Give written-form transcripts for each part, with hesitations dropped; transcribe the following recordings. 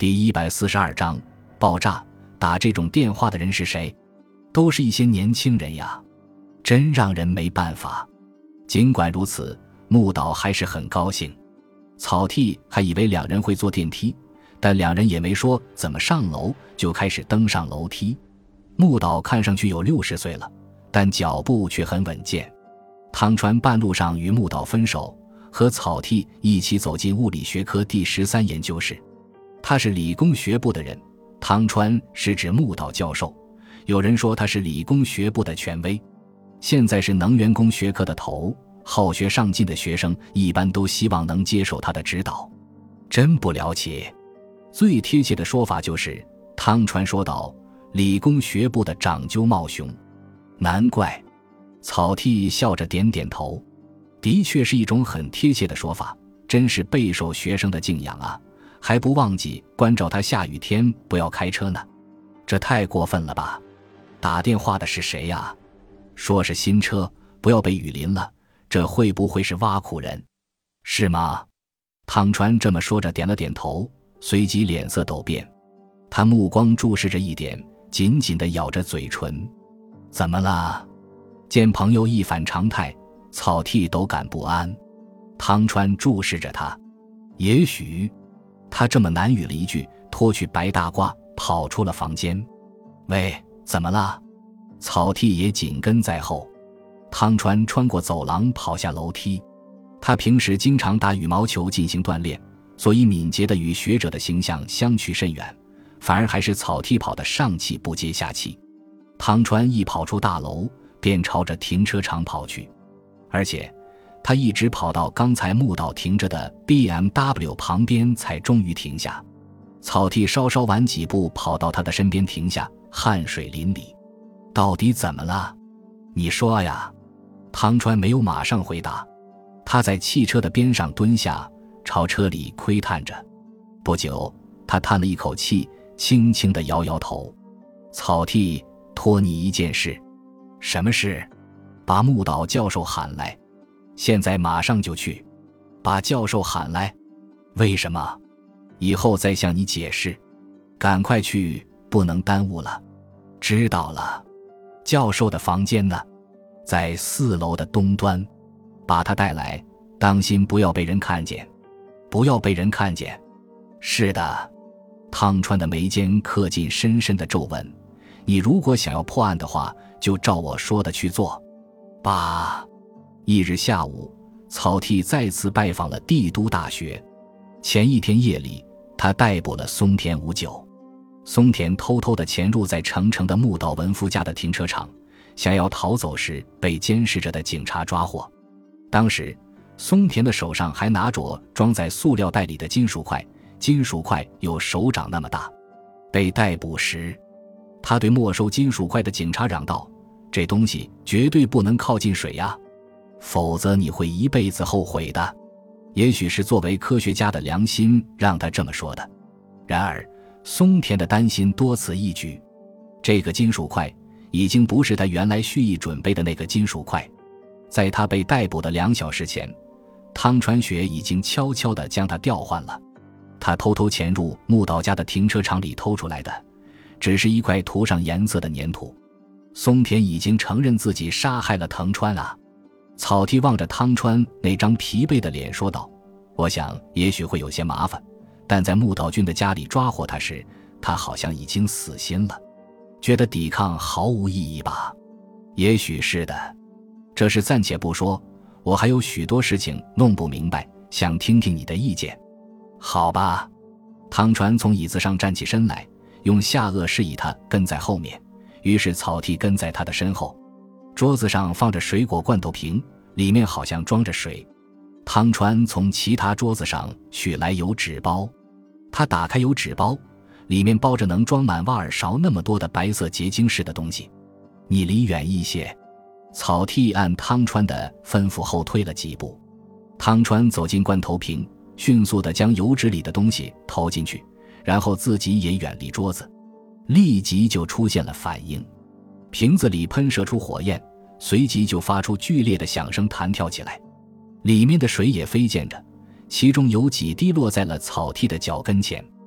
第142章爆炸。打这种电话的人是谁？都是一些年轻人呀，真让人没办法。尽管如此，木岛还是很高兴。草剃还以为两人会坐电梯，但两人也没说怎么上楼，就开始登上楼梯。木岛看上去有60岁了，但脚步却很稳健。汤川半路上与木岛分手，和草剃一起走进物理学科第13研究室。他是理工学部的人，汤川是指木岛教授，有人说他是理工学部的权威，现在是能源工学科的头，好学上进的学生一般都希望能接受他的指导。真不了解，最贴切的说法就是汤川说道，理工学部的长究茂雄。难怪。草剃笑着点点头，的确是一种很贴切的说法，真是备受学生的敬仰啊，还不忘记关照他下雨天不要开车呢。这太过分了吧。打电话的是谁呀？说是新车，不要被雨淋了，这会不会是挖苦人？是吗？汤川这么说着点了点头，随即脸色陡变，他目光注视着一点，紧紧地咬着嘴唇。怎么了？见朋友一反常态，草剃都感不安。汤川注视着他，也许他这么难语了一句，脱去白大褂跑出了房间。喂，怎么了？草剃也紧跟在后。汤川穿过走廊跑下楼梯。他平时经常打羽毛球进行锻炼，所以敏捷的与学者的形象相去甚远，反而还是草剃跑得上气不接下气。汤川一跑出大楼便朝着停车场跑去，而且他一直跑到刚才木岛停着的 BMW 旁边才终于停下。草剃稍稍晚几步跑到他的身边停下，汗水淋漓。到底怎么了？你说呀。汤川没有马上回答，他在汽车的边上蹲下，朝车里窥探着。不久，他叹了一口气，轻轻地摇摇头。草剃，托你一件事。什么事？把木岛教授喊来。现在马上就去。把教授喊来。为什么？以后再向你解释。赶快去，不能耽误了。知道了。教授的房间呢？在4楼的东端。把他带来，当心不要被人看见。不要被人看见。是的。汤川的眉间刻进深深的皱纹。你如果想要破案的话，就照我说的去做。爸。翌日下午，草剃再次拜访了帝都大学。前一天夜里，他逮捕了松田五九。松田偷偷地潜入在成城的木岛文夫家的停车场，想要逃走时被监视着的警察抓获。当时松田的手上还拿着装在塑料袋里的金属块，金属块有手掌那么大。被逮捕时，他对没收金属块的警察嚷道，这东西绝对不能靠近水呀，否则你会一辈子后悔的。也许是作为科学家的良心让他这么说的。然而松田的担心多此一举，这个金属块已经不是他原来蓄意准备的那个金属块。在他被逮捕的2小时前，汤川学已经悄悄地将它调换了。他偷偷潜入木岛家的停车场里偷出来的，只是一块涂上颜色的粘土。松田已经承认自己杀害了藤川啊。草剃望着汤川那张疲惫的脸说道，我想也许会有些麻烦，但在木岛君的家里抓获他时，他好像已经死心了，觉得抵抗毫无意义吧。也许是的。这事暂且不说，我还有许多事情弄不明白，想听听你的意见。好吧。汤川从椅子上站起身来，用下颚示意他跟在后面，于是草剃跟在他的身后。桌子上放着水果罐头瓶，里面好像装着水。汤川从其他桌子上取来油纸包，他打开油纸包，里面包着能装满挖耳勺那么多的白色结晶似的东西。你离远一些。草剃按汤川的吩咐后退了几步。汤川走进罐头瓶，迅速地将油纸里的东西投进去，然后自己也远离桌子。立即就出现了反应，瓶子里喷射出火焰，随即就发出剧烈的响声，弹跳起来。里面的水也飞溅着，其中有几滴落在了草剃的脚跟前。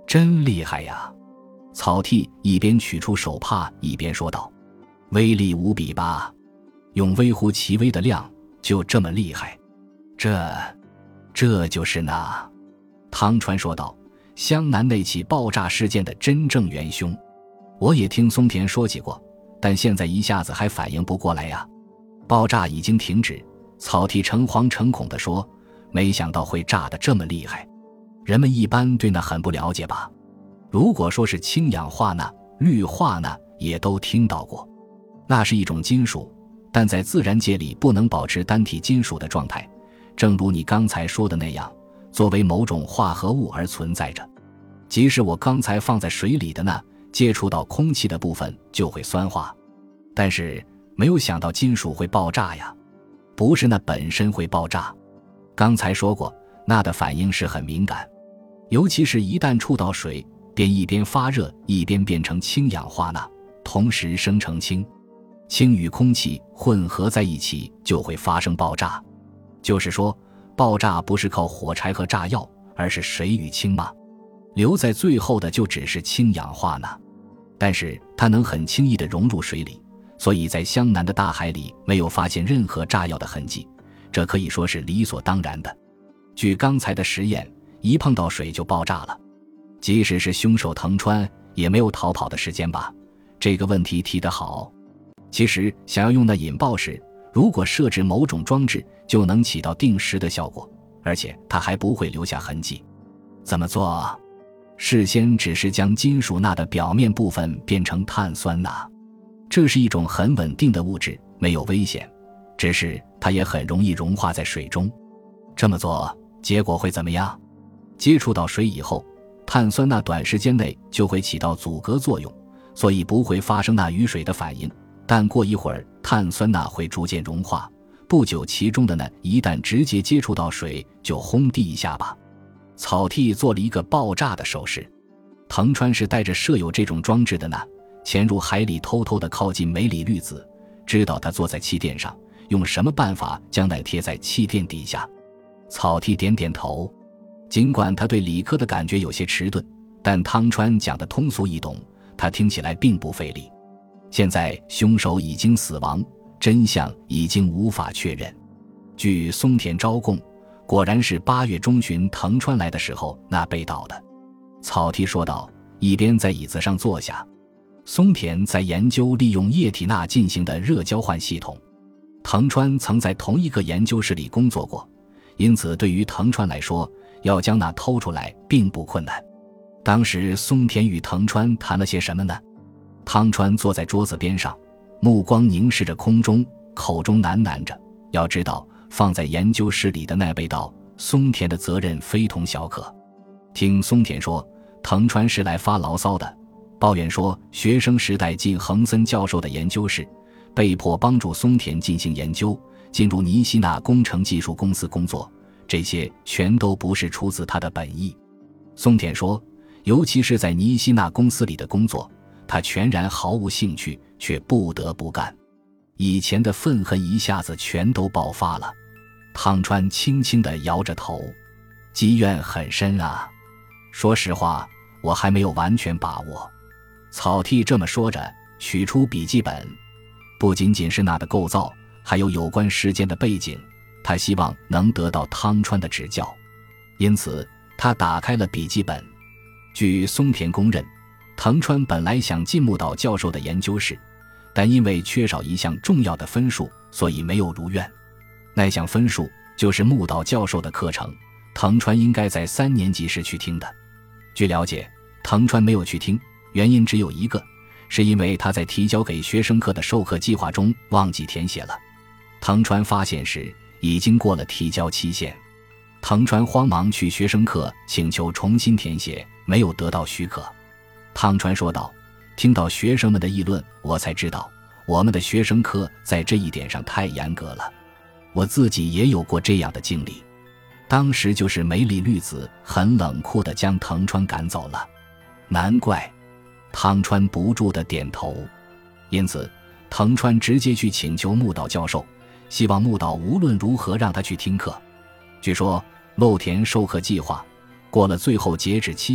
真厉害呀！草剃一边取出手帕一边说道：“威力无比吧？用微乎其微的量就这么厉害？这就是那。”汤川说道：“湘南那起爆炸事件的真正元凶。我也听松田说起过，但现在一下子还反应不过来呀。爆炸已经停止。”草剃诚惶诚恐地说：“没想到会炸得这么厉害。人们一般对那很不了解吧？如果说是氢氧化钠、氯化钠，也都听到过。那是一种金属，但在自然界里不能保持单体金属的状态，正如你刚才说的那样，作为某种化合物而存在着。即使我刚才放在水里的钠，接触到空气的部分就会酸化。但是没有想到金属会爆炸呀。不是钠本身会爆炸。刚才说过，钠的反应是很敏感，尤其是一旦触到水，便一边发热一边变成氢氧化钠，同时生成氢。氢与空气混合在一起就会发生爆炸。就是说，爆炸不是靠火柴和炸药，而是水与氢嘛。留在最后的就只是氢氧化钠，但是它能很轻易地融入水里，所以在湘南的大海里没有发现任何炸药的痕迹，这可以说是理所当然的。据刚才的实验，一碰到水就爆炸了。即使是凶手藤川，也没有逃跑的时间吧？这个问题提得好。其实想要用那引爆时，如果设置某种装置，就能起到定时的效果，而且它还不会留下痕迹。怎么做？事先只是将金属钠的表面部分变成碳酸钠，这是一种很稳定的物质，没有危险，只是它也很容易融化在水中。这么做，结果会怎么样？接触到水以后，碳酸钠短时间内就会起到阻隔作用，所以不会发生钠与水的反应。但过一会儿，碳酸钠会逐渐融化，不久其中的钠一旦直接接触到水，就轰地一下吧。草剃做了一个爆炸的手势。藤川是带着设有这种装置的钠潜入海里，偷偷地靠近镁锂粒子，知道他坐在气垫上，用什么办法将钠贴在气垫底下。草剃点点头，尽管他对理科的感觉有些迟钝，但汤川讲得通俗易懂，他听起来并不费力。现在凶手已经死亡，真相已经无法确认。据松田昭供，果然是8月中旬藤川来的时候那被盗的。草剃说道，一边在椅子上坐下。松田在研究利用液体钠进行的热交换系统，藤川曾在同一个研究室里工作过，因此对于藤川来说，要将钠偷出来并不困难。当时松田与藤川谈了些什么呢？汤川坐在桌子边上，目光凝视着空中，口中喃喃着，要知道放在研究室里的那被盗，松田的责任非同小可。听松田说，藤川是来发牢骚的，抱怨说学生时代进横森教授的研究室，被迫帮助松田进行研究，进入尼西纳工程技术公司工作，这些全都不是出自他的本意。松田说，尤其是在尼西纳公司里的工作，他全然毫无兴趣，却不得不干。以前的愤恨一下子全都爆发了。汤川轻轻地摇着头，积怨很深啊。说实话，我还没有完全把握。草剃这么说着，取出笔记本，不仅仅是钠的构造，还有有关事件的背景，他希望能得到汤川的指教。因此他打开了笔记本。据松田公认，藤川本来想进木岛教授的研究室，但因为缺少一项重要的分数，所以没有如愿。那项分数就是木岛教授的课程，藤川应该在3年级时去听的。据了解，藤川没有去听，原因只有一个，是因为他在提交给学生课的授课计划中忘记填写了。藤川发现时已经过了提交期限，藤川慌忙去学生课请求重新填写，没有得到许可。汤川说道，听到学生们的议论，我才知道我们的学生课在这一点上太严格了。我自己也有过这样的经历，当时就是镁锂粒子很冷酷地将藤川赶走了。难怪。汤川不住地点头。因此藤川直接去请求木岛教授，希望木岛无论如何让他去听课。据说漏填授课计划过了最后截止期限，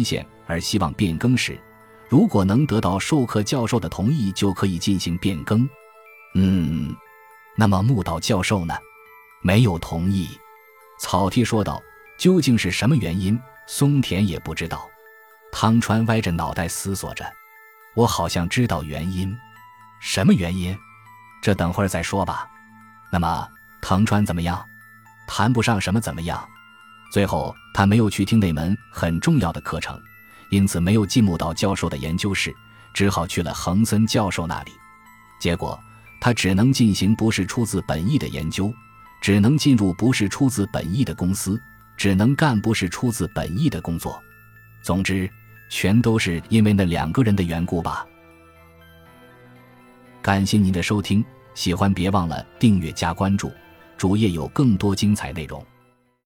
而希望变更时，如果能得到授课教授的同意，就可以进行变更。那么木岛教授呢？没有同意。草剃说道，究竟是什么原因，松田也不知道。汤川歪着脑袋思索着，我好像知道原因。什么原因？这等会儿再说吧。那么藤川怎么样？谈不上什么怎么样。最后他没有去听那门很重要的课程，因此没有进木岛教授的研究室，只好去了横森教授那里。结果他只能进行不是出自本意的研究，只能进入不是出自本意的公司，只能干不是出自本意的工作。总之全都是因为那2个人的缘故吧。感谢您的收听，喜欢别忘了订阅加关注，主页有更多精彩内容。